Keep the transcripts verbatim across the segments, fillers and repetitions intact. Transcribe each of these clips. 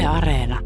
Areena.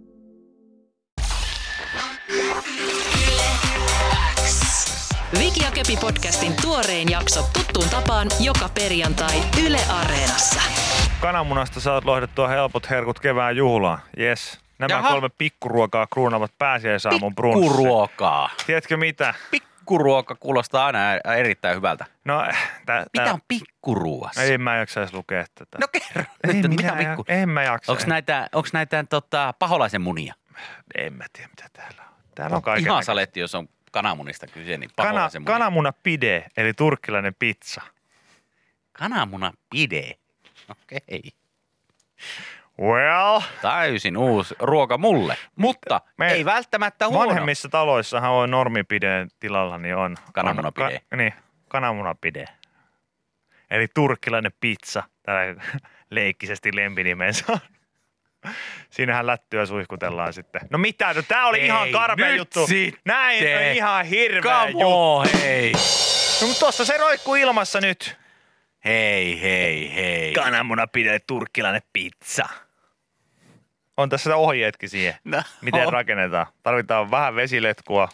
Viki ja Köpi podcastin tuorein jakso tuttuun tapaan joka perjantai Yle Areenassa. Kananmunasta saat lohdettua helpot herkut kevään juhlaan. Jes. Nämä Jaha. kolme pikkuruokaa kruunavat pääsiäisaamun brunssi. Pikkuruokaa. Tiedätkö mitä? Pikkuruoka kuulostaa aina erittäin hyvältä. No, tä, mitä tä... on pikkuruuassa? Ei mä jaksaisi lukea tätä. No kerro. Ei Nyt, mitä mitä pikku... En mä jaksa. Onko näitä, onks näitä tota, paholaisen munia? En mä tiedä mitä täällä on. Täällä on kaiken Ihan saletti, jos on kananmunista kyse, niin paholaisen Kana, munia. Kananmuna pide, eli turkkilainen pizza. Kananmuna pide. Okei. Okay. Well. Täysin uusi ruoka mulle, mutta me ei välttämättä huono. Vanhemmissa taloissahan on normipideen tilalla, niin on. Kananmunapide. On, ka, niin, kananmunapide. Eli turkkilainen pizza, tällä leikkisesti lempinimensä on. Siinähän lättyä suihkutellaan sitten. No mitä, no tää oli ei, ihan karmea juttu. Sitten. Näin on ihan hirveä Come juttu. on, hei. No mutta tossa se roikkuu ilmassa nyt. Hei, hei, hei. Kananmunapide, turkkilainen pizza. On tässä ohjeetkin siihen, no, miten on. rakennetaan. Tarvitaan vähän vesiletkua.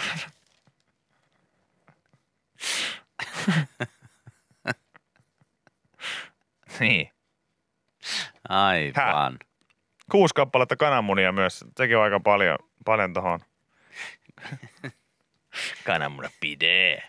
Niin. Aivan. Kuusi kappaletta kananmunia myös. Sekin on aika paljon, paljon tohon. Kananmunapide.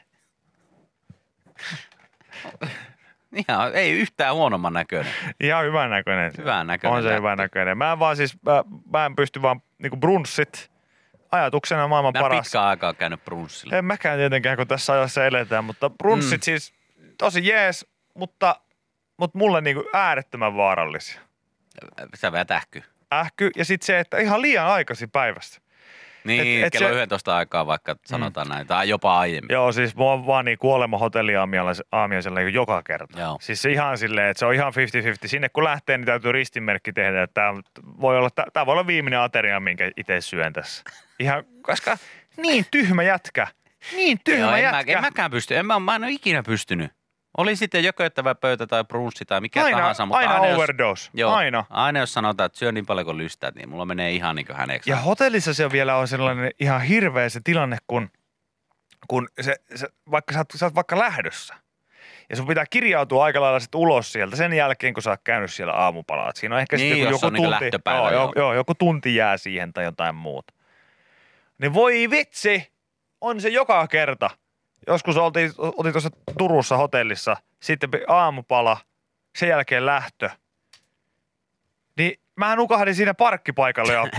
Ihan, ei yhtään huonomman näköinen. Ihan hyvän näköinen. Hyvän näköinen. On se hyvän näköinen. Mä en vaan siis, mä, mä en pysty vaan niinku brunssit ajatuksena maailman Mä paras. pitkään aikaa käynyt brunssilla. En mäkään tietenkään, kun tässä ajassa eletään, mutta brunssit mm. siis tosi jees, mutta, mutta mulle niinku äärettömän vaarallisia. Sä vedät ähky. Ähky ja sitten se, että ihan liian aikaisin päivästä. Niin, et, et kello se... yksitoista aikaa vaikka sanotaan mm. näin, tai jopa aiemmin. Joo, siis mua on vaan niin kuolema hotelliaamiaisella niin joka kerta. Joo. Siis se ihan silleen, että se on ihan viisikymmentä viisikymmentä. Sinne kun lähtee, niin täytyy ristinmerkki tehdä, että tämä voi olla, tämä voi olla viimeinen ateria, minkä itse syön tässä. Ihan, koska niin tyhmä jätkä. Niin tyhmä Joo, en jätkä. Mä, en mäkään pysty, en mä, mä en ole ikinä pystynyt. Oli sitten jököttävä pöytä tai brunssi tai mikä aina, tahansa. Mutta aina, aina overdose. Jos, joo, aina. Aina jos sanotaan, että syö niin paljon kuin lystäät, niin mulla menee ihan niin kuin häneksi. Ja hotellissa se vielä on sellainen ihan hirveä se tilanne, kun, kun se, se, vaikka sä oot, sä oot vaikka lähdössä. Ja sun pitää kirjautua aika lailla sit ulos sieltä sen jälkeen, kun sä oot käynyt siellä aamupalaa. Siinä on ehkä niin, sitten joku on tunti. Niin lähtöpäivä, joo, joo. joo, joku tunti jää siihen tai jotain muuta. Niin voi vitsi, on se joka kerta. Joskus oltiin, oltiin tuossa Turussa hotellissa, sitten aamupala, sen jälkeen lähtö. Niin mä nukahdin siinä parkkipaikalle ja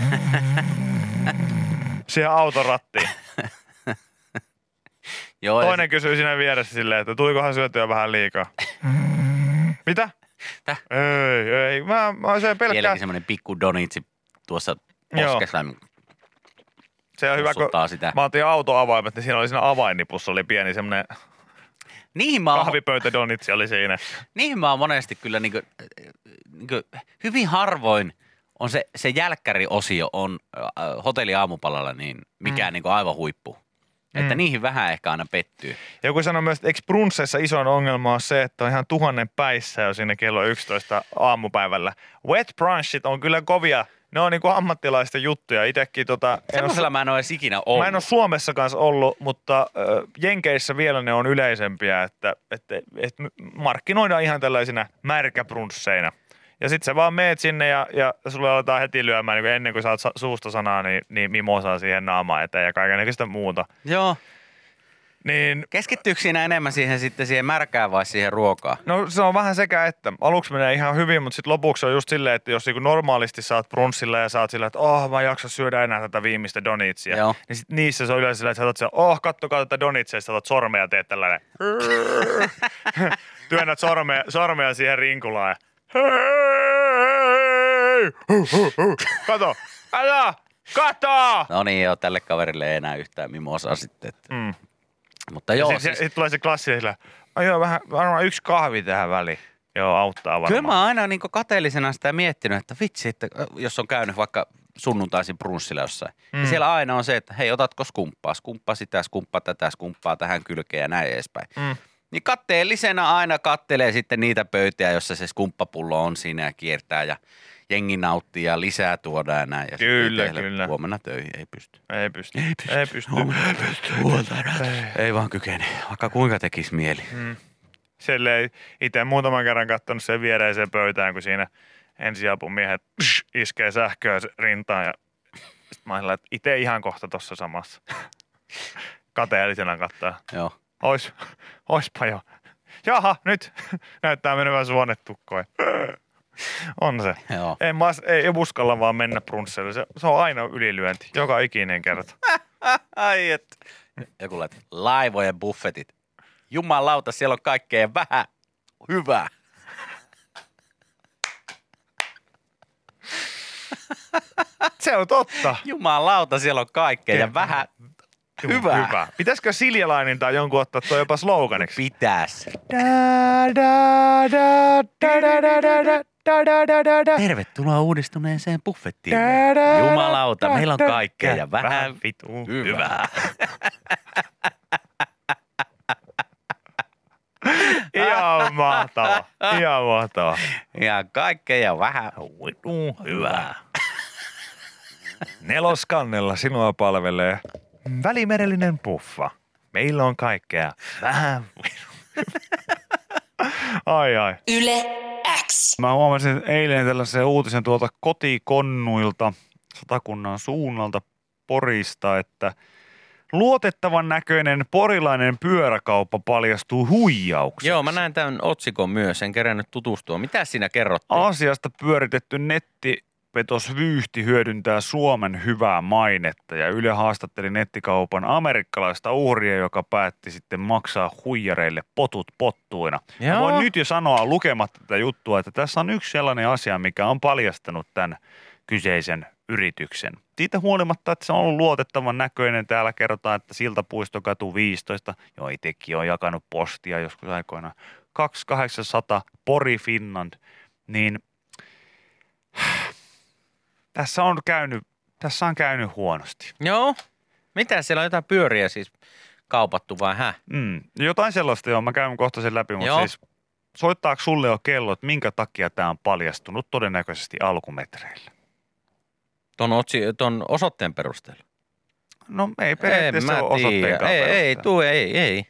siihen auton rattiin. Joo, Toinen kysyy siinä vieressä silleen, että tulikohan syötyä vähän liikaa. Mitä? Täh? Ei, ei. Mä, mä söin pelkkää. Vieläkin semmoinen pikku donitsi tuossa poskessa. Se on hyvä, kun sitä. mä otin autoavaimet, niin siinä oli siinä avainnipussa oli pieni semmoinen niin kahvipöytädonitsi oli siinä. Niihin mä oon monesti kyllä niin kuin, niin kuin, hyvin harvoin on se, se jälkkäriosio on äh, hotelli aamupalalla niin mikään mm. niin kuin aivan huippu. Että mm. niihin vähän ehkä aina pettyy. Joku sanoi myös, että eikö brunsseissa isoin ongelma on se, että on ihan tuhannen päissä jo siinä kello yksitoista aamupäivällä. Wet brunchit on kyllä kovia. Ne on niinku ammattilaisten juttuja. Itekin tota... Semmoisella mä en ole edes ikinä ollut. Mä en ole Suomessa kanssa ollut, mutta äh, Jenkeissä vielä ne on yleisempiä, että, että, että markkinoidaan ihan tällaisina märkäbrunsseina. Ja sit sä vaan meet sinne ja, ja sulle aletaan heti lyömään, niin ennen kuin saat suusta sanaa, niin, niin mimosaa siihen naamaan eteen ja kaikenlaista muuta. Joo. Niin, keskittyykö siinä enemmän siihen sitten siihen märkään vai siihen ruokaan? No se on vähän sekä, että aluksi menee ihan hyvin, mutta sitten lopuksi on just silleen, että jos niin normaalisti saat brunssilla ja saat sillä, että oh mä en jaksa syödä enää tätä viimeistä donitsia. Joo. Niin sit niissä se on yleensä silleen, että sä otat siellä, oh kattokaa tätä donitsia, ja sä otat sormea ja teet tällainen. Työnnät sormea, sormea siihen rinkulaan ja kato, kato, kato! No niin joo, tälle kaverille ei enää yhtään mimosaa sitten. Että. Mm. Mutta joo. Sitten siis... sit tulee se klassinen sillä, oh, joo, vähän, varmaan yksi kahvi tähän väliin. Joo, auttaa varmaan. Kyllä mä oon aina niin kateellisena sitä miettinyt, että vitsi, että jos on käynyt vaikka sunnuntaisin brunssilla jossain. Mm. Ja siellä aina on se, että hei, otatko skumppaa, skumppaa sitä, skumppaa tätä, skumppaa tähän kylkeen ja näin edespäin. Mm. Niin katteellisena aina kattelee sitten niitä pöytiä, jossa se skumppapullo on siinä ja kiertää ja jengi nauttii ja lisää tuodaan ja näin. Ja Kyllä, kyllä. Huomenna töihin ei pysty. Ei pysty. Ei pysty. Ei pysty. Huomenna ei pysty. Ei. ei vaan kykene, vaikka kuinka tekisi mieli. Mm. Silleen itse muutaman kerran katsonut sen viereiseen pöytään, kun siinä ensiapumiehet psh, iskee sähköä rintaan ja sitten mä ajattelin, että itse ihan kohta tuossa samassa. Kateellisena kattaa. Joo. Ois, oispa jo. Jaha, nyt näyttää menevän suonetukkoon. On se. Joo. Ei, mä, ei uskalla vaan mennä brunsseille. Se, se on aina ylilyönti, joka ikinen kerta. Ai et. Joku laittaa laivojen buffetit. Jumalauta, siellä on kaikkea vähän hyvää. Se on totta. Jumalauta, siellä on kaikkea ja vähän hyvää. Hyvä. Pitäisikö Siljalainen tai jonkun ottaa tuo jopa sloganiksi? Pitäis. Tervetuloa uudistuneeseen buffettiin. Jumalauta, meillä on kaikkea ja vähän vitu hyvää. Ihan mahtava. Ihan mahtava. Ja kaikkea ja vähän vitu hyvää. Neloskannella sinua palvelee välimerellinen puffa. Meillä on kaikkea vähän ai ai. Yle X. Mä huomasin eilen tällaisen uutisen tuolta kotikonnuilta Satakunnan suunnalta Porista, että luotettavan näköinen porilainen pyöräkauppa paljastuu huijauksessa. Joo, mä näin tämän otsikon myös, en kerännyt tutustua. Mitä siinä kerrottiin? Asiasta pyöritetty nettipetosvyyhti hyödyntää Suomen hyvää mainetta ja Yle haastatteli nettikaupan amerikkalaista uhria, joka päätti sitten maksaa huijareille potut pottuina. Mä voin nyt jo sanoa lukematta tätä juttua, että tässä on yksi sellainen asia, mikä on paljastanut tämän kyseisen yrityksen. Siitä huolimatta, että se on ollut luotettavan näköinen, täällä kerrotaan, että Siltapuistokatu viisitoista, joo itsekin on jakanut postia joskus aikoinaan, kaksituhattakahdeksansataa Pori Finland, niin tässä on käynyt, tässä on käynyt huonosti. Joo. Mitä siellä on jotain pyöriä siis kaupattu vai hä? Mm, jotain sellaista joo, mä käyn kohta sen läpi, mutta joo. siis soittaako sulle jo kello, että minkä takia tämä on paljastunut todennäköisesti alkumetreillä? Ton, otsi, ton osoitteen perusteella? No ei periaatteessa ole osoitteenkaan ei, perusteella. ei, tuu, ei, ei.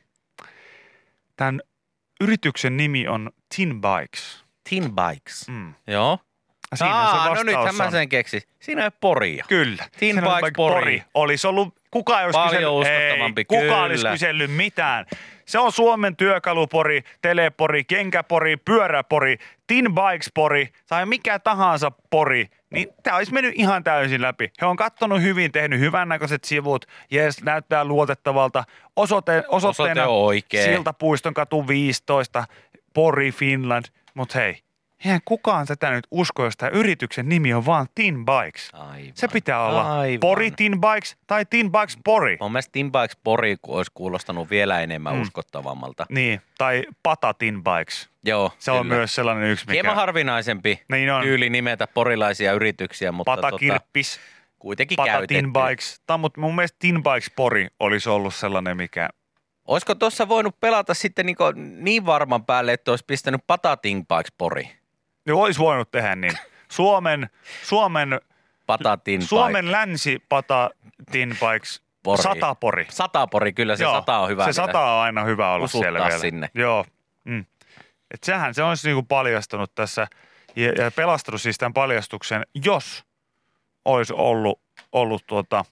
Tämän yrityksen nimi on Tin Bikes. Tin Bikes. Mm. Joo. Siinä Aa, se no vastaus nythän mä on. sen keksin. Siinä ei Poria. Kyllä. Tin Siinä on Bikes vaikka Pori. Olisi ollut, kuka ei olisi Paljon kysellyt, uskottavampi, ei, kuka kyllä. olisi kysellyt mitään. Se on Suomen työkalupori, telepori, kenkäpori, pyöräpori, Tin Bikes pori tai mikä tahansa pori. Niin tämä olisi mennyt ihan täysin läpi. He on kattonut hyvin, tehnyt hyvännäköiset sivut. Jees, näyttää luotettavalta. Osoite, osoitteena Osoite on oikea. Siltapuiston katu viisitoista, Pori Finland. Mutta hei, eihän kukaan tätä nyt usko, jos tämä yrityksen nimi on vaan Tin Bikes. Aivan. Se pitää olla Aivan. Pori Tin Bikes tai Tin Bikes Pori. Mun mielestä Tin Bikes Pori olisi kuulostanut vielä enemmän Mm. uskottavammalta. Niin, tai Pata Tin Bikes. Joo, Se on kyllä. myös sellainen yksi, mikä... Hieman harvinaisempi Niin on. tyyli nimetä porilaisia yrityksiä, mutta Pata tota, Kirppis, kuitenkin Pata käytetty. Tin Bikes. Tai, mutta mun mielestä Tin Bikes Pori olisi ollut sellainen, mikä... Olisiko tuossa voinut pelata sitten niin, niin varman päälle, että olisi pistänyt Pata Tin Bikes Pori? No, olisi voinut tehdä niin. Suomen, Suomen, Pata Tin Suomen länsi-Pata Tin Bikes Pori. Satapori. Satapori, kyllä se Joo, sata on hyvä. Se sata on aina hyvä olla usuttaa siellä vielä. sinne. Joo. Mm. Et sehän se olisi niinku paljastunut tässä ja, ja pelastanut siis tämän paljastuksen, jos olisi ollut, ollut tuota,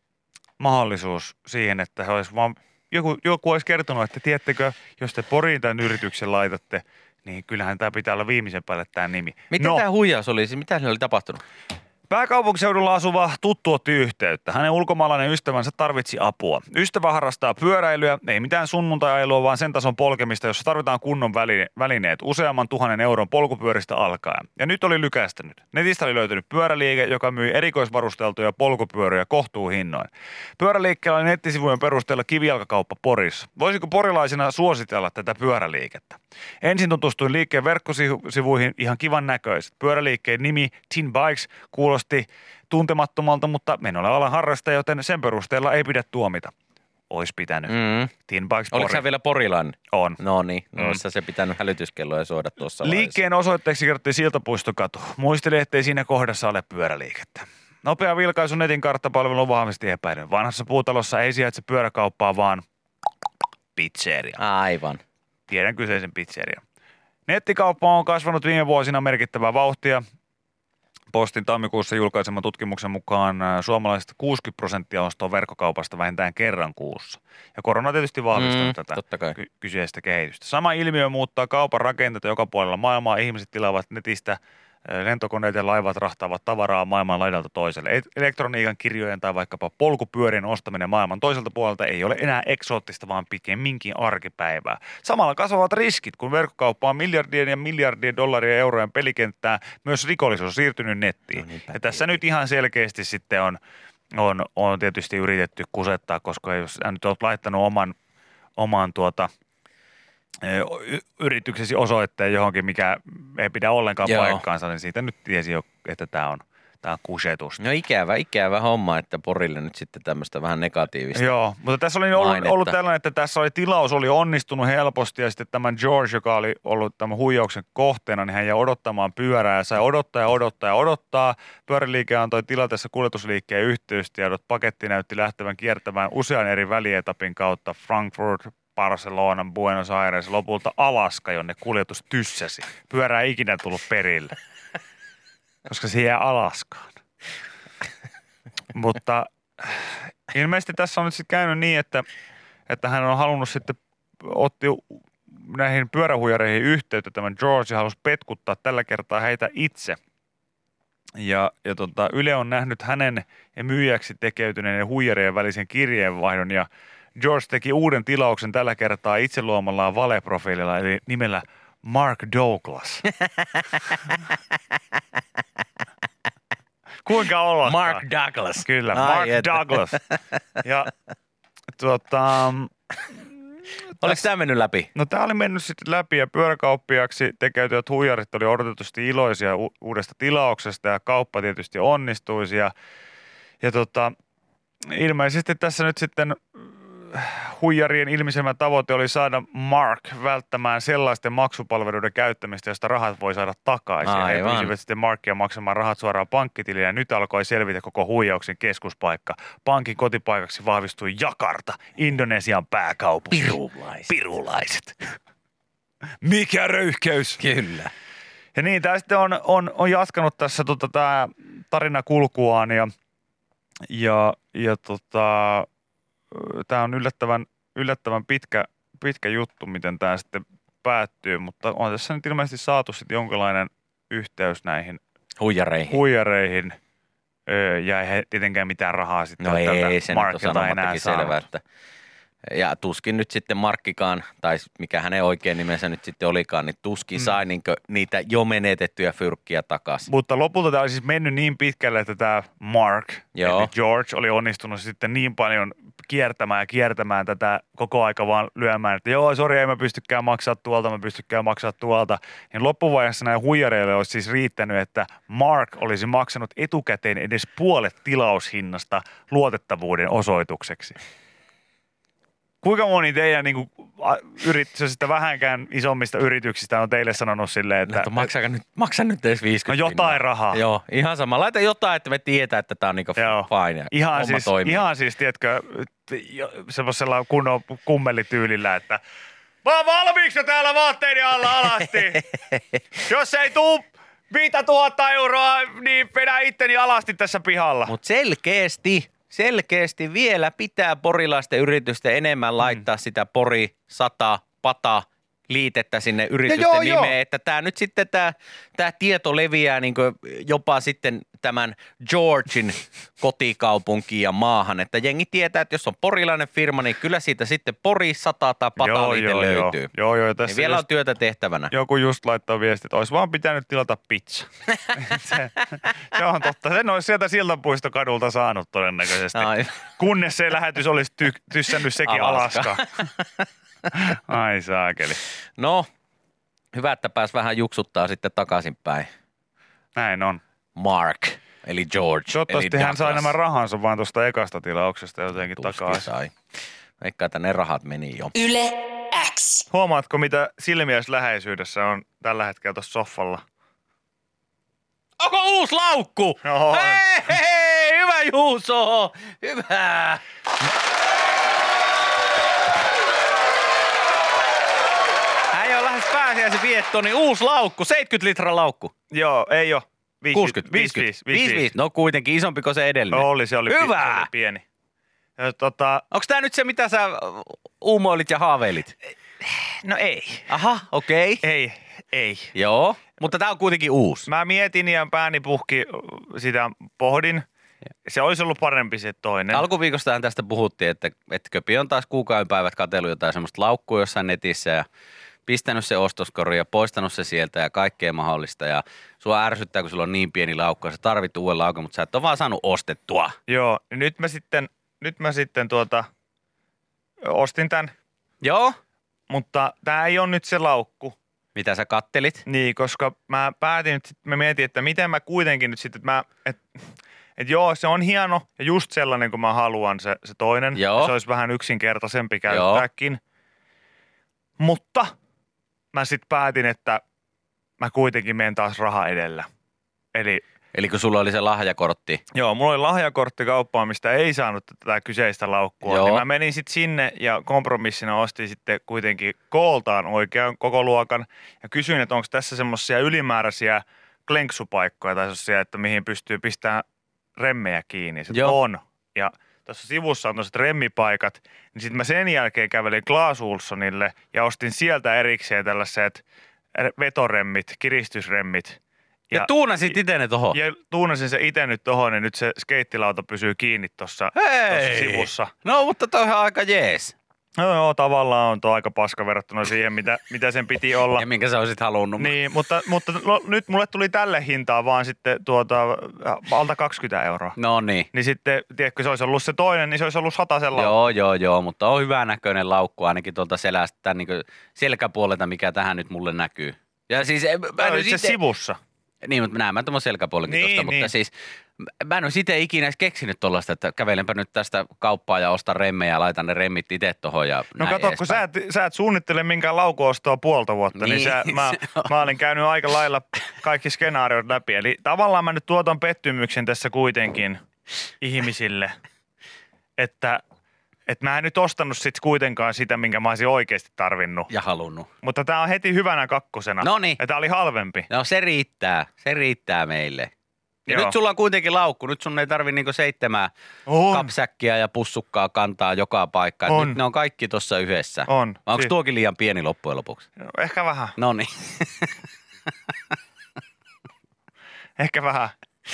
mahdollisuus siihen, että he olisi vaan, joku, joku olisi kertonut, että tiedättekö, jos te Poriin tämän yrityksen laitatte, niin kyllähän tämä pitää olla viimeisen päälle tämä nimi. Miten no, tämä huijaus oli? Mitä siinä oli tapahtunut? Pääkaupunkiseudulla asuva tuttu otti yhteyttä. Hänen ulkomaalainen ystävänsä tarvitsi apua. Ystävä harrastaa pyöräilyä, ei mitään sunnuntai-ailua, vaan sen tason polkemista, jossa tarvitaan kunnon väline- välineet useamman tuhannen euron polkupyöristä alkaen. Ja nyt oli lykästänyt. Netistä oli löytynyt pyöräliike, joka myi erikoisvarusteltuja polkupyöriä kohtuuhinnoin. Pyöräliikkeellä oli nettisivujen perusteella kivijalkakauppa Porissa. Voisiko porilaisina suositella tätä pyöräliikettä? Ensin tutustuin liikkeen verkkosivuihin, ihan kivan näköiset. Pyöräliikkeen nimi Tin Bikes kuulosti tuntemattomalta, mutta en ole alan harrastaja, joten sen perusteella ei pidä tuomita. olisi pitänyt. Mm. Teen Bikes Oliko Pori. sä vielä porilainen? On. No niin, no Mm. olisi se pitänyt hälytyskelloja soida tuossa Liikkeen osoitteeksi kerrottiin Siltapuistokatu. Muisteli, ettei siinä kohdassa ole pyöräliikettä. Nopea vilkaisu netin karttapalvelu on vahvasti epäilyn. Vanhassa puutalossa ei sijaitse pyöräkauppaa, vaan pizzeria. Aivan. Tiedän kyseisen pizzeria. Nettikauppa on kasvanut viime vuosina merkittävää vauhtia. Postin tammikuussa julkaiseman tutkimuksen mukaan suomalaiset kuusikymmentä prosenttia ostaa verkkokaupasta vähintään kerran kuussa. Ja korona on tietysti vahvistanut Mm, tätä totta kai. ky- kyseistä kehitystä. Sama ilmiö muuttaa kaupan rakenteita joka puolella maailmaa. Ihmiset tilaavat netistä, lentokoneet ja laivat rahtaavat tavaraa maailman laidalta toiselle. Et- Elektroniikan, kirjojen tai vaikkapa polkupyörien ostaminen maailman toiselta puolelta ei ole enää eksoottista, vaan pikemminkin arkipäivää. Samalla kasvavat riskit, kun verkkokauppa on miljardien ja miljardien dollarien ja eurojen pelikenttää, myös rikollisuus on siirtynyt nettiin. No niinpä ja tässä nyt ihan selkeästi sitten on, on, on tietysti yritetty kusettaa, koska jos sä nyt olet laittanut oman, oman tuota, y- yrityksesi osoitteen johonkin, mikä ei pidä ollenkaan Joo. paikkaansa, niin siitä nyt tiesi jo, että tämä on, tämä on kusetusta. No ikävä, ikävä homma, että Porille nyt sitten tämmöistä vähän negatiivista. Joo, mutta tässä oli ollut, mainetta. ollut tällainen, että tässä oli tilaus oli onnistunut helposti ja sitten tämän George, joka oli ollut tämän huijauksen kohteena, niin hän jäi odottamaan pyörää ja sai odottaa ja odottaa ja odottaa. Pyöräliike antoi tilatessa kuljetusliikkeen yhteystiedot. Paketti näytti lähtevän kiertämään usean eri välietapin kautta Frankfurt, Barcelona, Buenos Aires, lopulta Alaska, jonne kuljetus tyssäsi. Pyörä ei ikinä tullut perille, koska se jää Alaskaan. Mutta ilmeisesti tässä on nyt sitten käynyt niin, että, että hän on halunnut sitten, otti näihin pyörähuijareihin yhteyttä tämän George ja halusi petkuttaa tällä kertaa heitä itse. Ja, ja tota, Yle on nähnyt hänen ja myyjäksi tekeytyneiden huijarien välisen kirjeenvaihdon ja George teki uuden tilauksen tällä kertaa itse luomallaan valeprofiililla eli nimellä Mark Douglas. Kuinka ollakaan? Mark Douglas. Kyllä, Ai Mark että. Douglas. Ja tuota, Oliko tämä mennyt läpi? no tämä oli mennyt sitten läpi ja pyöräkauppiaksi tekeytyvät huijarit oli odotetusti iloisia u- uudesta tilauksesta ja kauppa tietysti onnistuisi ja, ja tota, ilmeisesti tässä nyt sitten huijarien ilmiselmä tavoite oli saada Mark välttämään sellaisten maksupalveluiden käyttämistä, josta rahat voi saada takaisin. Ja he Aivan. pyysivät sitten Markia maksamaan rahat suoraan pankkitiliin ja nyt alkoi selvitä koko huijauksen keskuspaikka. Pankin kotipaikaksi vahvistui Jakarta, Indonesian pääkaupunki. Pirulaiset. Pirulaiset. Mikä röyhkeys. Kyllä. Ja niin, tämä sitten on, on, on jatkanut tässä tota, tämä tarina kulkuaan ja, ja, ja tota, tämä on yllättävän, yllättävän pitkä, pitkä juttu, miten tämä sitten päättyy, mutta on tässä nyt ilmeisesti saatu sitten jonkinlainen yhteys näihin Huijareihin. huijareihin öö, ja ei he tietenkään mitään rahaa sitten No ei, tältä se nyt on Markilta enää sanomattakin saanut. selvä, että ja tuskin nyt sitten Markkikaan, tai mikä hänen oikein nimensä nyt sitten olikaan, niin tuskin Mm. sai niinkö niitä jo menetettyjä fyrkkiä takaisin. Mutta lopulta tämä oli siis mennyt niin pitkälle, että tämä Mark, Joo. eli George, oli onnistunut sitten niin paljon kiertämään ja kiertämään tätä koko aika vaan lyömään, että joo, sori, ei mä pystykään maksaa tuolta, mä pystykään maksaa tuolta. Niin loppuvaiheessa näin huijareille olisi siis riittänyt, että Mark olisi maksanut etukäteen edes puolet tilaushinnasta luotettavuuden osoitukseksi. Kuinka moni teidän niin kuin, yrityksistä vähänkään isommista yrityksistä on teille sanonut silleen, että Että maksa nyt, maksa nyt edes no viisikymmentä. jotain pinnaa. rahaa. Joo, ihan sama. Laita jotain, että me tietää, että tämä on niinku Joo. fine ja Ihan homma siis, toimii. ihan siis, tiedätkö, semmoisella kunnon kummelityylillä, että mä oon valmiiksi jo täällä vaatteiden alla alasti. Jos ei tuu viisi tuhatta euroa, niin vedän itteni alasti tässä pihalla. Mutta selkeästi, selkeästi vielä pitää porilaisten yritysten enemmän laittaa mm. sitä Pori sata pata liitettä sinne yritysten joo, nimeen, joo. että tämä nyt sitten tämä tää tieto leviää niin jopa sitten tämän Georgin kotikaupunkiin ja maahan, että jengi tietää, että jos on porilainen firma, niin kyllä siitä sitten Pori sata tai pata liite joo, löytyy. Joo, joo, joo. Tässä Niin vielä just, on työtä tehtävänä. joku just laittaa viesti, että olisi vaan pitänyt tilata pizza. se, se on totta. Sen olisi sieltä Siltapuistokadulta saanut todennäköisesti. Ai. Kunnes se lähetys olisi ty, tyssännyt sekin Alaska. Alaskaan. Ai saakeli. No, hyvä, että pääs vähän juksuttaa sitten takaisinpäin. Näin on. Mark, eli George. Toivottavasti eli hän sai Douglas. nämä rahansa vaan tuosta ekasta tilauksesta jotenkin Tuskin takaisin. sai. Veikkaa, että ne rahat meni jo. Yle X. Huomaatko, mitä silmiäs läheisyydessä on tällä hetkellä tuossa soffalla? Onko uusi laukku? Joo. Hei, hei, hyvä Juuso, hyvä. Hän on lähes pääsiäisen viettoon, niin uusi laukku, seitsemänkymmentä litran laukku. Joo, ei oo. kuusikymmentä, viisikymmentä. viisikymmentä. No kuitenkin isompi kuin se edellinen. No oli, se oli, Hyvä. Pi- se oli pieni. Ja, tota, Onko tämä nyt se, mitä sä uumoilit ja haaveilit? no ei. Aha, okei. Okay. Ei, ei. Joo, mutta tämä on kuitenkin uusi. Mä mietin ja pääni puhki, sitä pohdin. Se olisi ollut parempi se toinen. Alkuviikostahan tästä puhuttiin, että, että Köpi on taas kuukauden päivät katsellut jotain semmoista laukkua jossain netissä ja pistänyt se ostoskori ja poistanut se sieltä ja kaikkea mahdollista. Ja sua ärsyttää, kun sulla on niin pieni laukku ja sä tarvit uuden laukun, mutta sä et ole vaan saanut ostettua. Joo, niin nyt mä sitten, nyt mä sitten tuota, ostin tämän, Joo. mutta tää ei ole nyt se laukku. Mitä sä kattelit? Niin, koska mä päätin nyt, sit- mä mietin, että miten mä kuitenkin nyt sitten, että mä, et, et joo, se on hieno ja just sellainen kuin mä haluan se, se toinen. Joo. Se olisi vähän yksinkertaisempi käyttääkin. Mutta mä sitten päätin, että mä kuitenkin menen taas raha edellä. Eli Eli kun sulla oli se lahjakortti. joo, mulla oli lahjakortti kauppaan, mistä ei saanut tätä kyseistä laukkua. Joo. Niin mä menin sitten sinne ja kompromissina ostin sitten kuitenkin kooltaan oikean koko luokan. Ja kysyin, että onko tässä semmoisia ylimääräisiä klenksupaikkoja tai semmoisia, että mihin pystyy pistämään remmejä kiinni. Sitten Joo. on. Ja tuossa sivussa on tuollaiset remmipaikat. Niin sitten mä sen jälkeen kävelin Clas Ohlsonille ja ostin sieltä erikseen tällaiset vetoremmit, kiristysremmit. Ja, ja tuunasit itse ne tohon. Ja tuunasin se itse nyt tohon, niin nyt se skeittilauta pysyy kiinni tuossa sivussa. No, mutta toi on aika jees. No joo, tavallaan on tuo aika paska verrattuna siihen, mitä, mitä sen piti olla. Ja minkä sä olisit halunnut. Niin, mutta, mutta no, nyt mulle tuli tälle hintaa vaan sitten tuota, alta kaksikymmentä euroa. No niin. Niin sitten, tiedätkö, se olisi ollut se toinen, niin se olisi ollut satasella. Joo, joo, joo, mutta on hyvän näköinen laukku ainakin tuolta selästä, tämän niin selkäpuolelta, mikä tähän nyt mulle näkyy. Ja siis, mä Tämä en on olisi itse ite- sivussa. Niin, mutta näen mä tuon selkäpuolenkin Niin, tuosta, mutta niin. siis mä en olisi itse ikinä edes keksinyt tuollaista, että kävelenpä nyt tästä kauppaa ja ostan remmejä ja laitan ne remmit itse tohon ja No näin kato, kun edespäin. sä et, sä et suunnittele minkään laukuostoa puolta vuotta, niin, Niin, niin sä, mä, se on. mä olin käynyt aika lailla kaikki skenaariot läpi. Eli tavallaan mä nyt tuotan pettymyksen tässä kuitenkin ihmisille, että, että mä en nyt ostanut sit kuitenkaan sitä, minkä mä olisin oikeasti tarvinnut. Ja halunnut. Mutta tää on heti hyvänä kakkosena. Noniin. Ja tää oli halvempi. No se riittää, se riittää meille. Ja Joo. nyt sulla on kuitenkin laukku, nyt sun ei tarvi niinku seitsemää On. kapsäkkiä ja pussukkaa kantaa joka paikkaan. On. Nyt ne on kaikki tuossa yhdessä. On. Vai onko Si- tuokin liian pieni loppujen lopuksi? No, ehkä vähän. No niin. Ehkä vähän.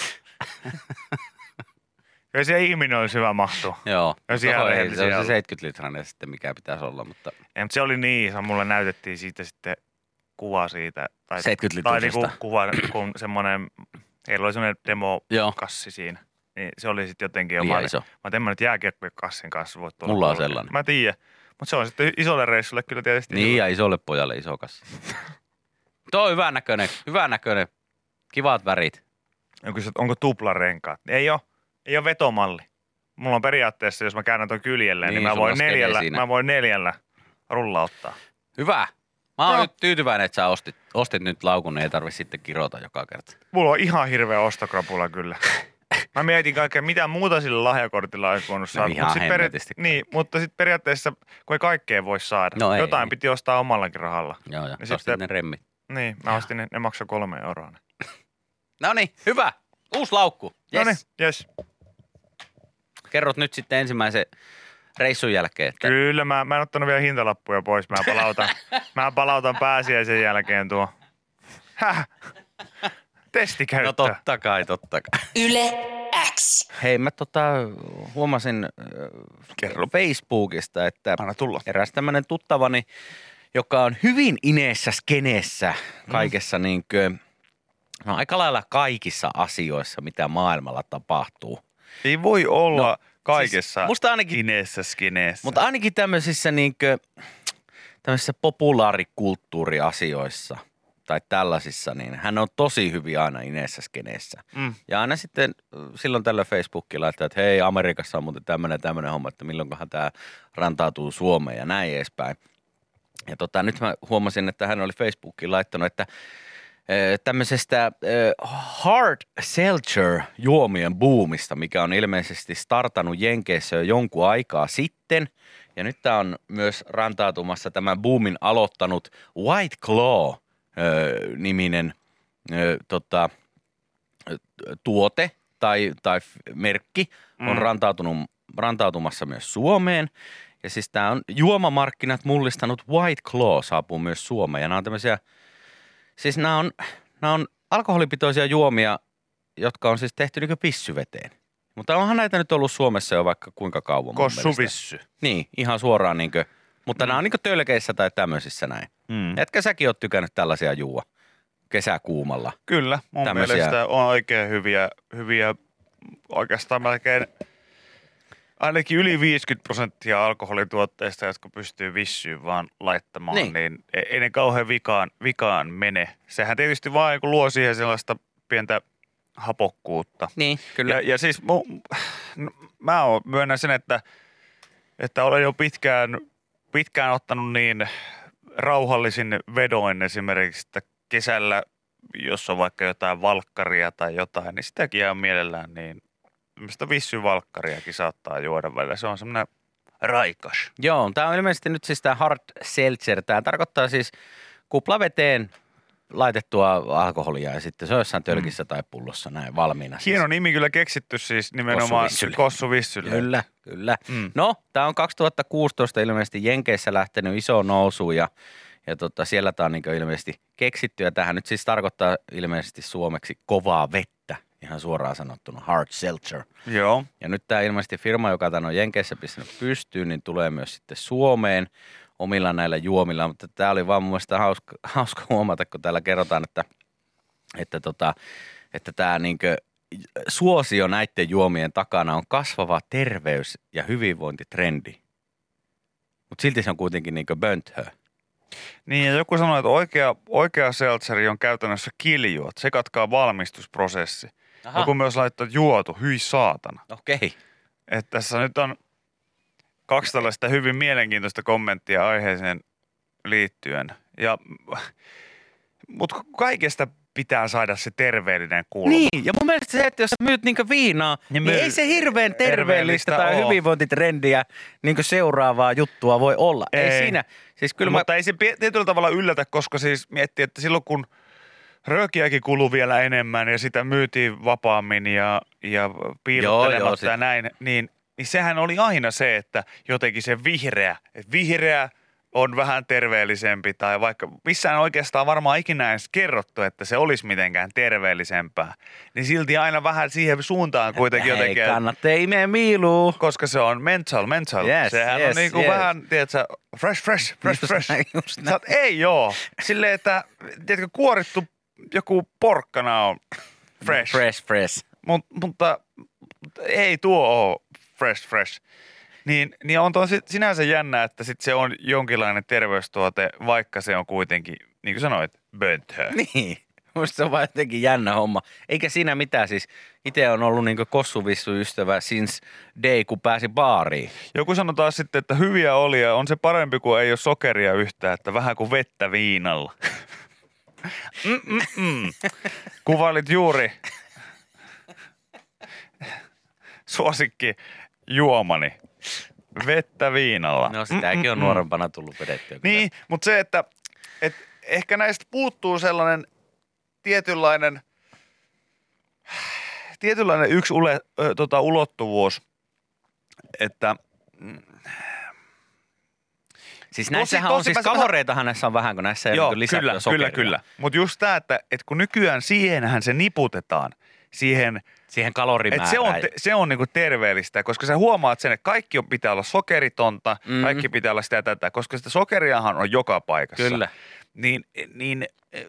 Kyllä se ihminen olisi hyvä mahtua. Joo. Ja siellä Toho ei, rehellisiä se on se olla. seitsemänkymmentä litrainen sitten, mikä pitäisi olla, mutta Ei, mutta se oli niin iso. Mulle näytettiin siitä sitten kuva siitä. Tai, seitsemänkymmentä tai litrasesta. niinku kuva, kun semmoinen, heillä oli semmoinen Joo. demokassi siinä. Niin se oli sitten jotenkin Liian omainen. iso. Mä oon tämmöinen, että jääkiekkokassin kanssa voit tulla. Mulla on kulkea. sellainen. Mä tiedän. Mutta se on sitten isolle reissulle kyllä tietysti. Niin hyvä. ja isolle pojalle iso kassi. Tuo on hyvän näköinen, hyvän näköinen. Kivat värit. Onko, se, onko tuplarenkaat? Ei ole. Ei ole vetomalli. Mulla on periaatteessa, jos mä käännän ton kyljelle, niin, Niin, niin mä, sulla voin on skede neljällä, siinä. mä voin neljällä rullauttaa. Hyvä. Mä oon Joo. nyt tyytyväinen, että sä ostit, ostit nyt laukun, niin ei tarvi sitten kirota joka kerta. Mulla on ihan hirveä ostokrapula kyllä. Mä mietin kaikkea, mitä muuta sillä lahjakortilla olisi voinut saada. ihan Mut sit hemmetisti. niin, mutta sitten periaatteessa, kun ei kaikkea voi saada. No ei, Jotain ei. piti ostaa omallakin rahalla. Joo, ja Ja ostit sitten- ne remmit. Niin, mä ostin ne, ne maksoi kolme euroa. No niin, hyvä. Uusi laukku. No niin, Yes. jes. Kerrot nyt sitten ensimmäisen reissun jälkeen. Että Kyllä, mä, mä en ottanut vielä hintalappuja pois. Mä palautan, mä palautan pääsiäisen jälkeen tuo. Häh? Testikäyttö. no totta kai, totta kai. Yle X. Hei, mä tota, huomasin äh, Kerro. Facebookista, että Anna tulla. eräs tämmöinen tuttavani, joka on hyvin ineessä skeneessä kaikessa mm. niin kuin, no aika lailla kaikissa asioissa, mitä maailmalla tapahtuu. Ei voi olla No, kaikessa siis musta ainakin- ineessä skineessä. Mutta ainakin tämmöisissä niin kuin, tämmöisissä populaarikulttuuriasioissa, tai tällaisissa, niin hän on tosi hyvin aina ineessä skeneessä. Mm. Ja aina sitten silloin tällä Facebookilla laittaa, että hei, Amerikassa on muuten tämmöinen tämmöinen homma, että milloinkohan tämä rantautuu Suomeen ja näin edespäin. Ja tota, nyt mä huomasin, että hän oli Facebookiin laittanut, että e, tämmöisestä e, hard seltzer juomien buumista, mikä on ilmeisesti startannut Jenkeissä jo jonkun aikaa sitten. Ja nyt tämä on myös rantautumassa tämän boomin aloittanut White Claw-niminen tota, tuote tai, tai merkki on mm. rantautunut, rantautumassa myös Suomeen. Ja siis tämä on juomamarkkinat mullistanut White Claw saapuu myös Suomeen. Ja nämä on tämmöisiä, siis nämä on, nämä on alkoholipitoisia juomia, jotka on siis tehty niin kuin pissyveteen. Mutta onhan näitä nyt ollut Suomessa jo vaikka kuinka kauan. Kossuvissy. Niin, ihan suoraan niin kuin, mutta mm. nämä on niin kuin tölkeissä tai tämmöisissä näin. Mm. Etkä säkin oot tykännyt tällaisia juua kesäkuumalla. Kyllä, mun tämmöisiä. Mielestä on oikein hyviä, hyviä oikeastaan melkein ainakin yli viisikymmentä prosenttia alkoholituotteista, jotka pystyy vissyyn vaan laittamaan, niin, niin ei ne kauhean vikaan, vikaan mene. Sehän tietysti vaan kun luo siihen sellaista pientä hapokkuutta. Niin, kyllä. Ja, ja siis mu, no, mä oon, myönnän sen, että, että olen jo pitkään, pitkään ottanut niin rauhallisin vedoin esimerkiksi, että kesällä, jos on vaikka jotain valkkaria tai jotain, niin sitäkin jää mielellään niin mistä vissyvalkkariakin saattaa juoda välillä. Se on semmoinen raikas. Joo, tämä on ilmeisesti nyt siis tämä hard seltzer. Tämä tarkoittaa siis kuplaveteen laitettua alkoholia ja sitten se on jossain tölkissä mm. tai pullossa näin valmiina. Hieno siis nimi kyllä keksitty siis nimenomaan Kossuvissylle. Kyllä, kyllä. Mm. No, tämä on kaksituhattakuusitoista ilmeisesti Jenkeissä lähtenyt iso nousu ja, ja tota, siellä tämä on niin ilmeisesti keksitty ja tähän nyt siis tarkoittaa ilmeisesti suomeksi kovaa vettä. Ihan suoraan sanottuna hard seltzer. Joo. Ja nyt tämä ilmeisesti firma, joka tämän on Jenkeissä pistänyt pystyyn, niin tulee myös sitten Suomeen omilla näillä juomilla. Mutta tämä oli vaan mun mielestä hauska, hauska huomata, kun täällä kerrotaan, että, että, tota, että tämä niinkö suosio näiden juomien takana on kasvava terveys- ja hyvinvointitrendi. Mutta silti se on kuitenkin niinkö bönthö. Niin, ja joku sanoi, että oikea, oikea seltseri on käytännössä kilju, että se katkaa valmistusprosessi. Aha. Joku myös laittaa, että juotu, hyi saatana. Okei. Okay. Että tässä nyt on kaksi tällaista hyvin mielenkiintoista kommenttia aiheeseen liittyen. Ja, mutta kaikesta pitää saada se terveellinen kulma. Niin, ja mun mielestä se, että jos sä myyt niinku viinaa, niin, niin ei se hirveän terveellistä tai ole. Hyvinvointitrendiä niinku seuraavaa juttua voi olla. Ei, ei siinä. Siis kyllä mutta mä... ei se tietyllä tavalla yllätä, koska siis miettii, että silloin kun röökiäkin kului vielä enemmän ja sitä myytiin vapaammin ja, ja piilottelematta ja näin, niin, niin sehän oli aina se, että jotenkin se vihreä, että vihreä on vähän terveellisempi tai vaikka missään oikeastaan varmaan ikinä edes kerrottu, että se olisi mitenkään terveellisempää. Niin silti aina vähän siihen suuntaan kuitenkin hei, jotenkin. Hei, kannattaa imee miiluu. Koska se on mental, mental. Yes, Sehän yes, on niinku yes. vähän, tiedätkö, fresh, fresh, fresh, just fresh. Näin, just näin. Sä oot, ei joo. Silleen, että tiedätkö, kuorittu joku porkkana on fresh. Fresh, fresh. Mut, mutta, mutta ei tuo ole fresh, fresh. Niin, niin on tuon sinänsä jännä, että sit se on jonkinlainen terveystuote, vaikka se on kuitenkin, niin kuin sanoit, bönthö. Niin, musta se on vaan jotenkin jännä homma. Eikä siinä mitään siis. Itse on ollut niin kossuvissu-ystävä since day, kun pääsi baariin. Joku sanoi taas sitten, että hyviä oli ja on se parempi kuin ei ole sokeria yhtään, että vähän kuin vettä viinalla. Mm-mm-mm. Kuvailit juuri suosikki juomani. Vettä viinalla. No sitäkin Mm-mm-mm. on nuorempana tullut vedettyä. Niin, mutta se, että, että ehkä näistä puuttuu sellainen tietynlainen, tietynlainen yksi ule, ö, tota, ulottuvuus, että mm, siis näissähän tosi, on tosi, siis kaloreitahan näissä on vähän, kun näissä ei ole lisättyä kyllä, sokeria. Kyllä, kyllä. Mutta just tämä, että, että kun nykyään siihenhän se niputetaan, siihen Siihen kalorimäärään. Se on, se on niinku terveellistä, koska sä huomaat sen, että kaikki on, pitää olla sokeritonta, mm-hmm. kaikki pitää olla sitä tätä, koska sitä sokeriahan on joka paikassa. Kyllä. Niin, niin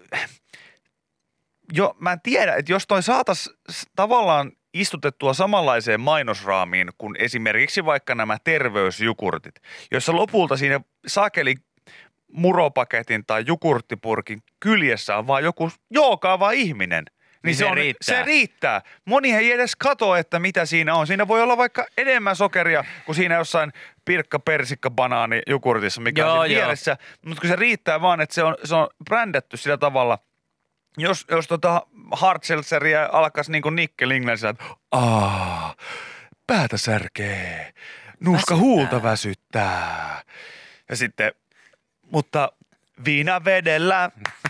jo, mä en tiedä, että jos toi saataisiin tavallaan istutettua samanlaiseen mainosraamiin kuin esimerkiksi vaikka nämä terveysjukurtit, joissa lopulta siinä sakeli muropaketin tai jukurttipurkin kyljessä on vaan joku jookaava ihminen. Niin, Niin se, se on, riittää. se riittää. Moni ei edes katso, että mitä siinä on. Siinä voi olla vaikka enemmän sokeria kuin siinä jossain pirkka, persikka, banaani jukurtissa, mikä Joo, on siinä joo. vieressä. Mutta kun se riittää vaan, että se on, se on brändätty sillä tavalla. Jos, jos tota hard seltzeriä alkaisi niin kuin Nikke Linglen, että aah, päätä särkee, nuuska huulta väsyttää. Ja sitten, mutta viinavedellä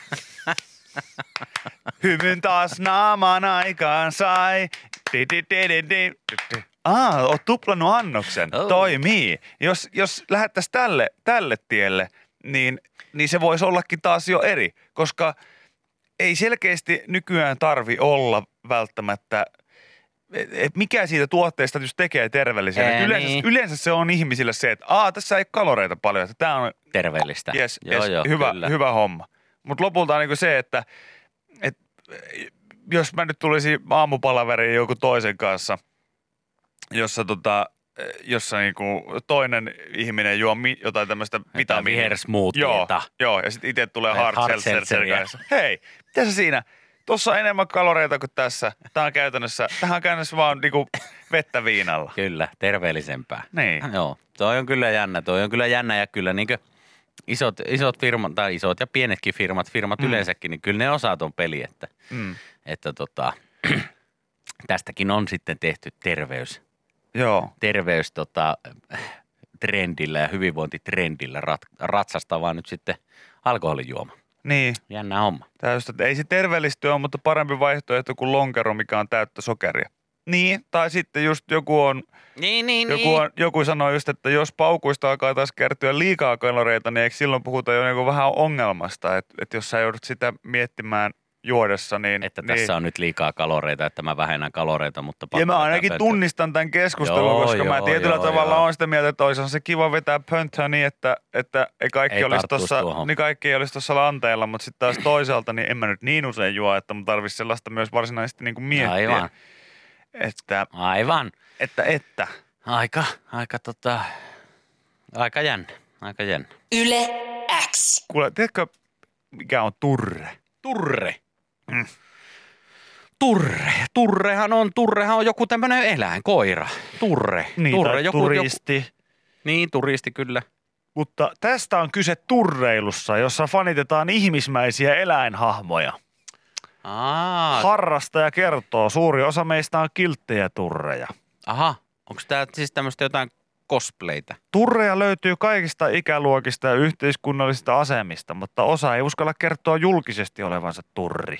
hyvyn taas naaman aikaan sai. Di, di, di, di, di, di. Aa, oot tuplannut annoksen. Oh. Toimii. Jos, jos lähettäisiin tälle, tälle tielle, niin, niin se voisi ollakin taas jo eri, koska ei selkeästi nykyään tarvi olla välttämättä, että mikä siitä tuotteesta just tekee terveellisen. Ei, Yleensä, niin. yleensä se on ihmisille se, että aa, tässä ei kaloreita paljon, että tämä on Terveellistä. yes, joo, yes, joo, hyvä, kyllä. hyvä homma. Mutta lopulta on niinku se, että et, jos mä nyt tulisin aamupalaveriin joku toisen kanssa, jossa, tota, jossa niinku toinen ihminen juo mi, jotain tämmöistä vitamiinia. vihersmoothieta. Joo, joo, ja sitten itse tulee Tai hard, hard hard seltzer seltzeriä. kanssa. Hei, mitä se siinä? Tuossa on enemmän kaloreita kuin tässä. Tämä on käytännössä, tähän on käytännössä vaan niinku vettä viinalla. Kyllä, terveellisempää. Niin. Joo, toi on kyllä jännä. Toi on kyllä jännä ja kyllä niin isot, isot firmat, tai isot ja pienetkin firmat, firmat mm. yleensäkin, niin kyllä ne osaa ton peli, että, Mm. että tota, tästäkin on sitten tehty terveys, Joo. terveys tota, trendillä ja hyvinvointitrendillä rat, ratsastaa vaan nyt sitten alkoholijuoma. Niin. Jännä homma. Tää just, että ei se terveellistä ole, mutta parempi vaihtoehto kuin lonkero, mikä on täyttä sokeria. Niin, tai sitten just joku on, Niin, niin, joku, on, joku sanoo just, että jos paukuista alkaa taas kertyä liikaa kaloreita, niin eikö silloin puhuta jo niin vähän ongelmasta, että, että jos sä joudut sitä miettimään juodessa, niin... Että niin, tässä on nyt liikaa kaloreita, että mä vähennän kaloreita, mutta... ja mä pakko ainakin vetää tunnistan tämän keskustelun, Joo, koska mä joo, tietyllä joo, tavalla joo. on sitä mieltä, että olisi se kiva vetää pönttöä niin, että, että ei kaikki Ei olisi tarttuisi tuossa, tuohon. niin kaikki ei olisi tuossa lanteella, mutta sitten taas toisaalta niin en mä nyt niin usein juo, että mun tarvitsisi sellaista myös varsinaisesti niin kuin miettiä. Aivan, Että, aivan. että, että. Aika, aika tota, aika jännä, aika jännä. Yle X. Kuule, tiedätkö, mikä on turre? Turre. Mm. Turre. Turrehan on, turrehan on joku tämmöinen eläin, koira. Turre. Niin, Turre, tai joku, turisti. Joku, niin, turisti kyllä. Mutta tästä on kyse turreilussa, jossa fanitetaan ihmismäisiä eläinhahmoja. Aa, Harrastaja kertoo, suuri osa meistä on kilttejä turreja. aha, onko tämä siis tämmöistä jotain cosplaytä? Turreja löytyy kaikista ikäluokista ja yhteiskunnallisista asemista, mutta osa ei uskalla kertoa julkisesti olevansa turri.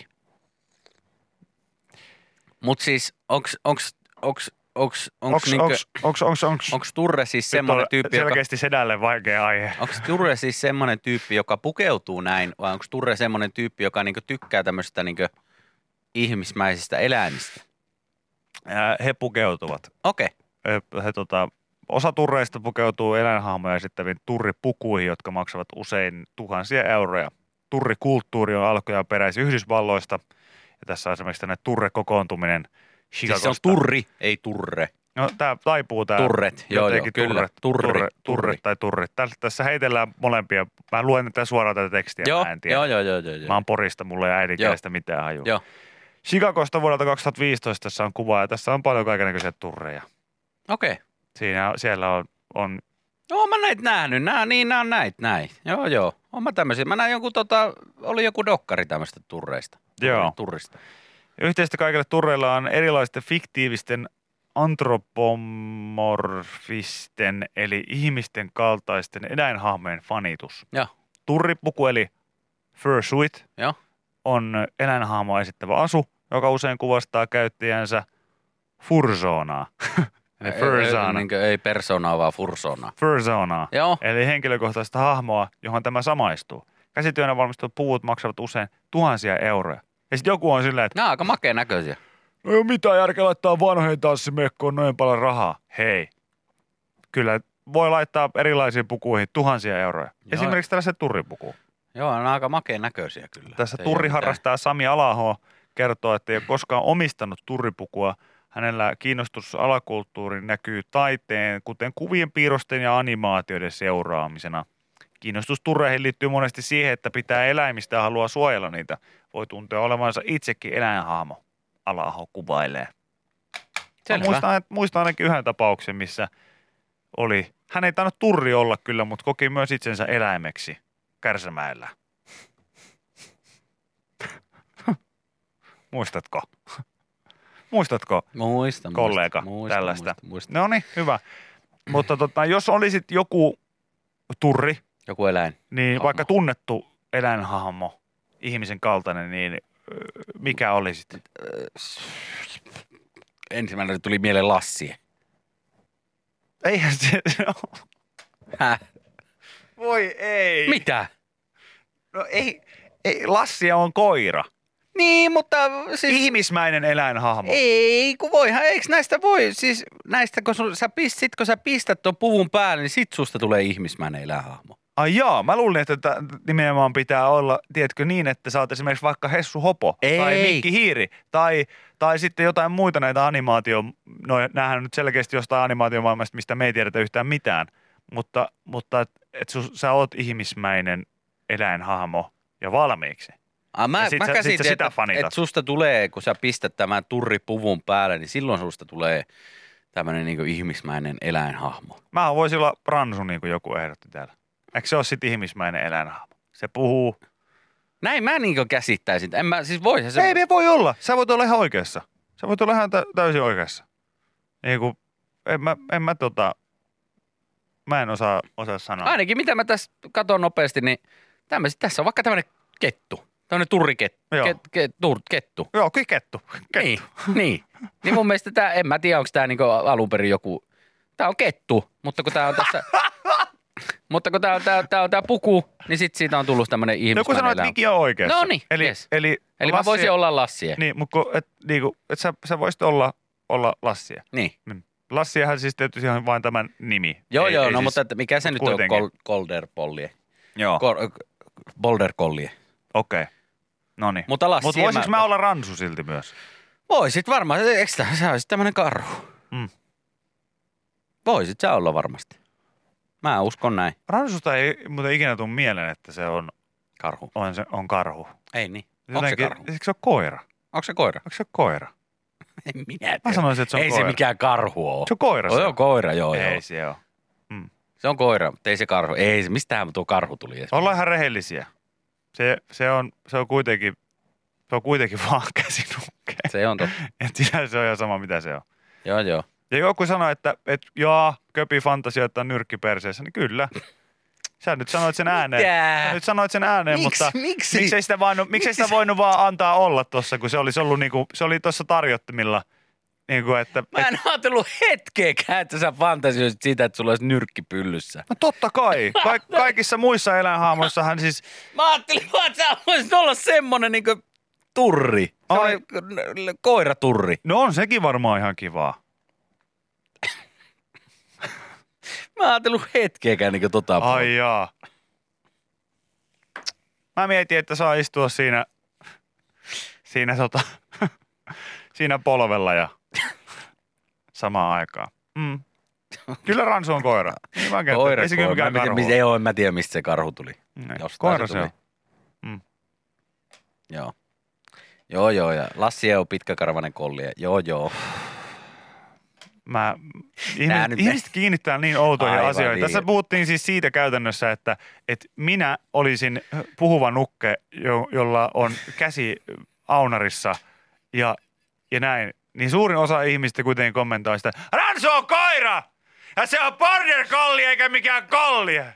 Mutta siis onks, onks, onks, onks, onks, Onks, niinkö, onks, onks, onks, onks. onks turre siis Nyt semmoinen on tyyppi, joka... selkeästi sedälle vaikea aihe. Onko turre siis semmoinen tyyppi, joka pukeutuu näin, vai onko turre semmoinen tyyppi, joka niinku tykkää tämmöisistä niinku ihmismäisistä eläimistä? Ää, He pukeutuvat. Okei. He, he, tota, osa turreista pukeutuu eläinhahmoja esittäviin turripukuihin, jotka maksavat usein tuhansia euroja. Turrikulttuuri on alkujaan peräisin Yhdysvalloista. Ja tässä on esimerkiksi tänne turrekokoontuminen Chicagosta. Siis se on turri, ei turre. No tää taipuu tää. Turret, joo, jotenkin joo, kyllä. Turret, Turri, turre, turri. turret tai turrit. Tässä, tässä heitellään molempia. Mä luen tätä suoraan tätä tekstiä, Joo, mä en tiedä. joo, joo, joo, joo, joo. Mä oon Porista, mulla ei äidinkielestä mitään hajua. Joo. Chicagosta vuodelta kaksituhattaviisitoista tässä on kuva ja tässä on paljon kaikennäköisiä turreja. Okei. Siinä, siellä on, on Oon mä näitä nähnyt, nää, niin nää on näitä, näin. Joo, joo. Oon mä tämmöisiä. Mä näin jonkun tota, oli joku dokkari tämmöistä turreista. Joo. Turrista. yhteistä kaikille turreilla on erilaisten fiktiivisten antropomorfisten eli ihmisten kaltaisten eläinhahmojen fanitus. Joo. Turripuku eli fursuit Joo. on eläinhahmoa esittävä asu, joka usein kuvastaa käyttäjänsä fursoonaa. Eli Ei, fursoona. ei, niin ei persoonaa, vaan fursoonaa. Fursoonaa. Joo. Eli henkilökohtaista hahmoa, johon tämä samaistuu. Käsityönä valmistetut puvut maksavat usein tuhansia euroja. Ja sitten joku on silleen, että Nämä on aika makea näköisiä. no ei ole mitään järkeä laittaa vanhojen tanssimekkoon noin paljon rahaa. Hei, kyllä voi laittaa erilaisiin pukuihin tuhansia euroja. Joo. Esimerkiksi tällaisen turripukuun. Joo, on aika makea näköisiä kyllä. Tässä Ei ole turriharrastaja Sami Alaho kertoo, että ei ole koskaan omistanut turripukua. Hänellä kiinnostus alakulttuuriin näkyy taiteen, kuten kuvien piirrosten ja animaatioiden seuraamisena. Kiinnostus turreihin liittyy monesti siihen, että pitää eläimistä ja haluaa suojella niitä. Voi tuntea olevansa itsekin eläinhahmo, Ala-aho kuvailee. Selvä. Muistan, muistan ainakin yhden tapauksen, missä oli, hän ei tainnut turri olla kyllä, mutta koki myös itsensä eläimeksi Kärsämäellä. Muistatko? Muistatko, Muistan, kollega, muistan, tällaista? Muistan, muistan. No niin, hyvä. Mutta tota, jos olisit joku turri, Joku eläin. niin Hahmo. vaikka tunnettu eläinhahmo, ihmisen kaltainen, niin ö, mikä olisit? Ensimmäinen tuli mieleen Lassi. Eihän se ole. Häh? Voi ei. Mitä? No ei, ei, Lassia on koira. Niin, mutta siis... Ihmismäinen eläinhahmo. Ei, kun voihan, eikö näistä voi, siis näistä, kun sul, sä pist, sit kun sä pistät ton puvun päälle, niin sit susta tulee ihmismäinen eläinhahmo. Ai jaa, mä luulin, että tätä nimenomaan pitää olla, tiedätkö, niin, että sä oot esimerkiksi vaikka Hessu Hopo Ei. tai Mikki Hiiri tai, tai sitten jotain muita näitä animaatio, no näähän nyt selkeästi jostain animaatiomaailmasta, mistä me ei tiedetä yhtään mitään, mutta, mutta et, et su, sä oot ihmismäinen eläinhahmo ja valmiiksi. Ah, mä, Ja sit mä sä- sit sä käsitin, sitä että, fanitat. että susta tulee, kun sä pistät tämän turripuvun päälle, niin silloin susta tulee tämmöinen niin ihmismäinen eläinhahmo. Mä voisin olla Ransu, niin kuin joku ehdotti täällä. Eikö se ole sitten ihmismäinen eläinhahmo? Se puhuu. Näin mä niin käsittäisin. En mä, siis voihan se... Ei, ei voi olla. Sä voit olla ihan oikeassa. Sä voit olla ihan tä- täysin oikeassa. Niin kuin, en mä, en mä tota, mä en osaa, osaa sanoa. Ainakin mitä mä tässä katon nopeasti, niin tämmöset, tässä on vaikka tämmöinen kettu. Tämmöinen turrikettu. Joo. Ket, ket, tur, kettu. Joo, kyllä kettu. kettu. Niin, niin. Niin mun mielestä tää, en mä tiedä, onko tää niinku alun perin joku, tää on kettu, mutta kun tää on tässä, mutta kun tää on tää, tää on tää puku, niin sit siitä on tullut tämmönen ihmismäinen Joku sanoi, että elämä. Viki on oikeassa. No niin, eli, yes. eli, Eli mä Lassi- voisin olla Lassie. Niin, mutta kun, et, niinku, et sä, sä voisit olla, olla Lassia. Niin. Lassiahan siis tietysti on vain tämän nimi. Joo, ei, joo, ei no siis, mutta että mikä se nyt on, kuitenkin. Kol, Kolder Pollie. Joo, Kol, Boulder Collie. okei. Okay. No niin. Mutta Lassie Mutta voisinko mä olla Ransu silti myös? Voisit varmaan, eikö tää, sä olisit tämmönen karhu? Mm. Voisit sä olla varmasti. Mä uskon näin. Ransusta ei muuten ikinä tule mieleen, että se on, Karhu. on, se, on karhu. Ei niin. Onko se Jotenkin- karhu? Eikö se ole koira? Onko se koira? Onko se koira? En minä tiedä. Mä sanoisin, että se on Ei koira. se mikään karhu ole. Se on koira. Se se on koira, joo, joo. Ei se ole. Se on koira, mutta ei se karhu. Ei se, mistähän tuo karhu tuli edes? Ollaan ihan rehellisiä. Se, se, on, se on kuitenkin, se on kuitenkin vaan käsinukke. Se on totta. Et sinä se on ihan sama, mitä se on. Joo, joo. Ja joku sanoi, että et, jaa, köpi fantasioita on nyrkki perseessä, niin kyllä. Sä nyt sanoit sen ääneen. Mitä? Sä nyt sanoit sen ääneen, Miksi? mutta Miksi? miksei sitä, voinut, miksei sitä voinut vaan antaa olla tossa, kun se olisi ollut niinku, se oli tuossa tarjottimilla. Niinku, että, Mä en ajatellut hetkeäkään, että sä fantasioisit siitä, että sulla olisi nyrkki pyllyssä. no totta kai. Ka- kaikissa muissa eläinhahmoissahan siis, Mä ajattelin vaan, että sä voisit olla semmonen niinku turri. Ai. Semmonen koiraturri. no on sekin varmaan ihan kivaa. Mä ajatellut hetkeäkään niinku tota. puolta. Ai jaa. Mä mietin, että saa istua siinä, siinä, tota, siinä polvella ja samaan aikaan. Mm. Kyllä Ransu on koira. Niin mä kertaan. Koira, Ei se kyllä koira. mikään Mä en karhu tiedä, ole. ei oo, en mä tiedä, mistä se karhu tuli. Niin. Jostain Koira se se tuli. on. Mm. Joo. Joo, joo. Ja Lassi on pitkäkarvainen kolli. Joo, joo. Mä, Tää ihmiset, nyt- ihmiset kiinnittää niin outoihin Aivan asioihin. niin. Tässä puhuttiin siis siitä käytännössä, että, että minä olisin puhuva nukke, jo, jolla on käsi aunarissa ja, ja näin. Niin suurin osa ihmistä kuitenkin kommentoi sitä, Ransu on koira! Ja se on border collie eikä mikään collie!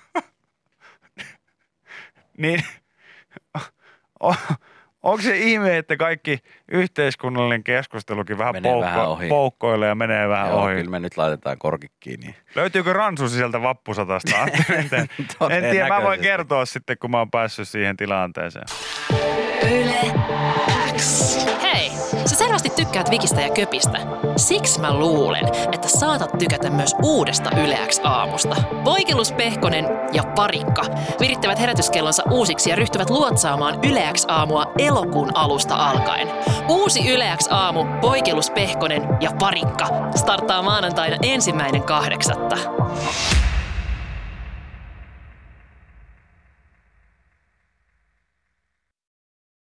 niin on, onko se ihme, että kaikki yhteiskunnallinen keskustelukin vähän, Menee vähän poukko, ohi. poukkoilee ja menee vähän Joo, ohi? kyllä me nyt laitetaan korkit kiinni. Löytyykö Ransu sieltä vappusatasta? en, en tiedä, mä voin Todennäköisesti. kertoa sitten, kun mä oon päässyt siihen tilanteeseen. Yle X. Hei, sä selvästi tykkäät Vikistä ja Köpistä. Siksi mä luulen, että saatat tykätä myös uudesta Yle X-aamusta. Voikelus, Pehkonen ja Parikka virittävät herätyskellonsa uusiksi ja ryhtyvät luotsaamaan Yle X-aamua elokuun alusta alkaen. Uusi Yle X-aamu, Voikelus, Pehkonen ja Parikka starttaa maanantaina ensimmäinen kahdeksatta.